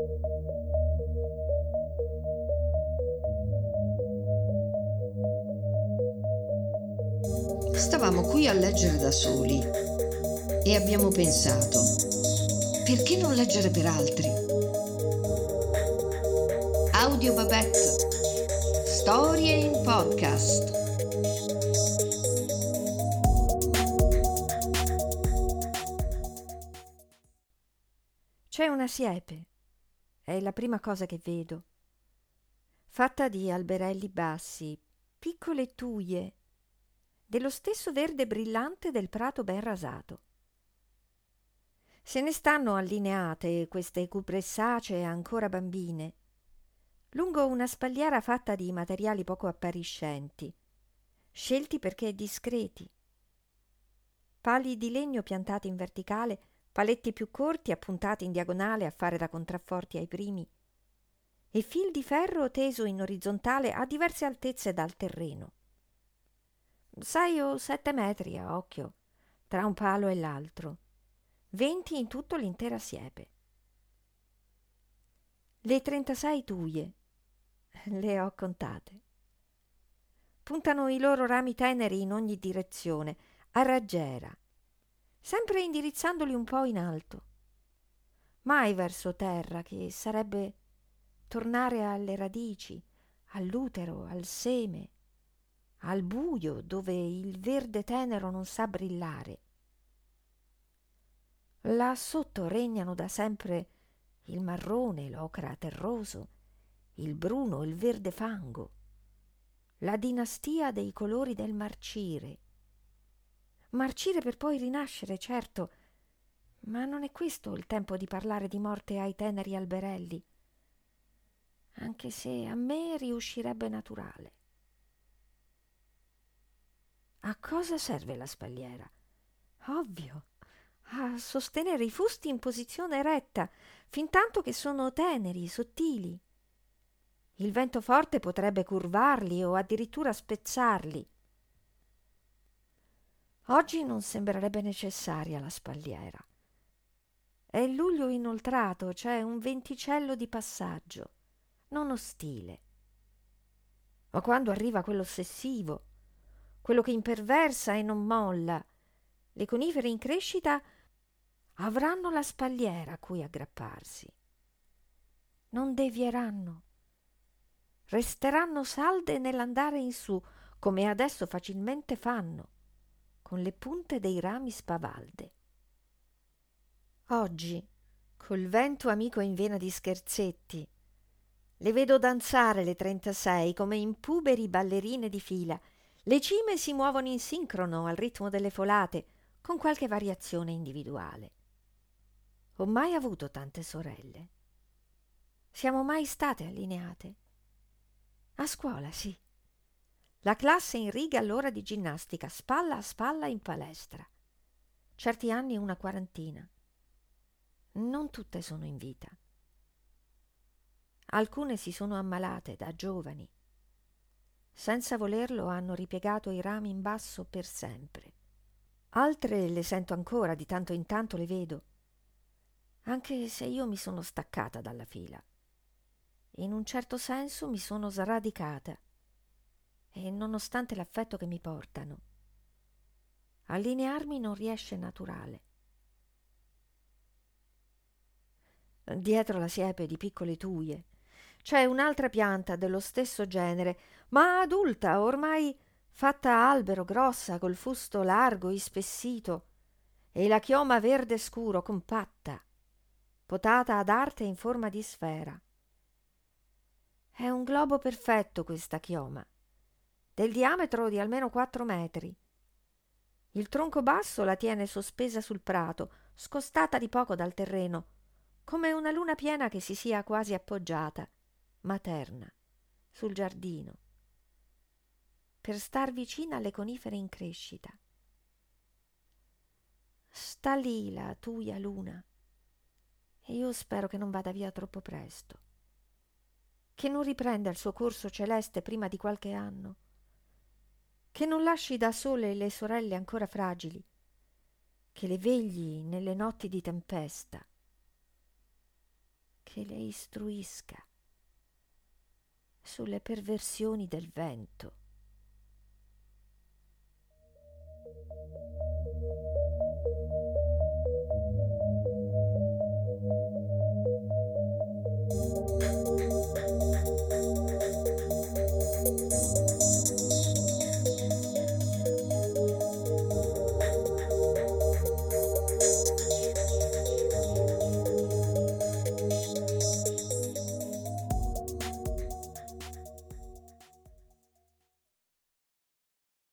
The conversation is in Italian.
Stavamo qui a leggere da soli e abbiamo pensato, perché non leggere per altri? Audio Babette, storie in podcast. C'è una siepe, è la prima cosa che vedo, fatta di alberelli bassi, piccole tuie, dello stesso verde brillante del prato ben rasato. Se ne stanno allineate queste cupressacee ancora bambine, lungo una spalliera fatta di materiali poco appariscenti, scelti perché discreti. Pali di legno piantati in verticale, paletti più corti appuntati in diagonale a fare da contrafforti ai primi, e fil di ferro teso in orizzontale a diverse altezze dal terreno. 6 o 7 metri a occhio, tra un palo e l'altro, 20 in tutto l'intera siepe. Le 36 tuie, le ho contate. Puntano i loro rami teneri in ogni direzione, a raggiera, sempre indirizzandoli un po' in alto, mai verso terra, che sarebbe tornare alle radici, all'utero, al seme, al buio dove il verde tenero non sa brillare. Là sotto regnano da sempre il marrone, l'ocra terroso, il bruno, il verde fango, la dinastia dei colori del marcire. Marcire per poi rinascere, certo, ma non è questo il tempo di parlare di morte ai teneri alberelli, anche se a me riuscirebbe naturale. A cosa serve la spalliera? Ovvio, a sostenere i fusti in posizione retta, fintanto che sono teneri, sottili. Il vento forte potrebbe curvarli o addirittura spezzarli. Oggi non sembrerebbe necessaria la spalliera. È luglio inoltrato, c'è un venticello di passaggio, non ostile. Ma quando arriva quello ossessivo, quello che imperversa e non molla, le conifere in crescita avranno la spalliera a cui aggrapparsi. Non devieranno. Resteranno salde nell'andare in su, come adesso facilmente fanno, con le punte dei rami spavalde. Oggi, col vento amico in vena di scherzetti, le vedo danzare le 36 come impuberi ballerine di fila. Le cime si muovono in sincrono al ritmo delle folate, con qualche variazione individuale. Ho mai avuto tante sorelle? Siamo mai state allineate? A scuola, sì. La classe in riga all'ora di ginnastica, spalla a spalla in palestra. Certi anni una quarantina. Non tutte sono in vita. Alcune si sono ammalate da giovani. Senza volerlo hanno ripiegato i rami in basso per sempre. Altre le sento ancora, di tanto in tanto le vedo, anche se io mi sono staccata dalla fila. In un certo senso mi sono sradicata e, nonostante l'affetto che mi portano, allinearmi non riesce naturale. Dietro la siepe di piccole tuie c'è un'altra pianta dello stesso genere, ma adulta, ormai fatta albero, grossa, col fusto largo, ispessito, e la chioma verde scuro, compatta, potata ad arte in forma di sfera. È un globo perfetto questa chioma, del diametro di almeno 4 metri. Il tronco basso la tiene sospesa sul prato, scostata di poco dal terreno, come una luna piena che si sia quasi appoggiata, materna, sul giardino, per star vicina alle conifere in crescita. Sta lì la tuia luna, e io spero che non vada via troppo presto, che non riprenda il suo corso celeste prima di qualche anno, che non lasci da sole le sorelle ancora fragili, che le vegli nelle notti di tempesta, che le istruisca sulle perversioni del vento.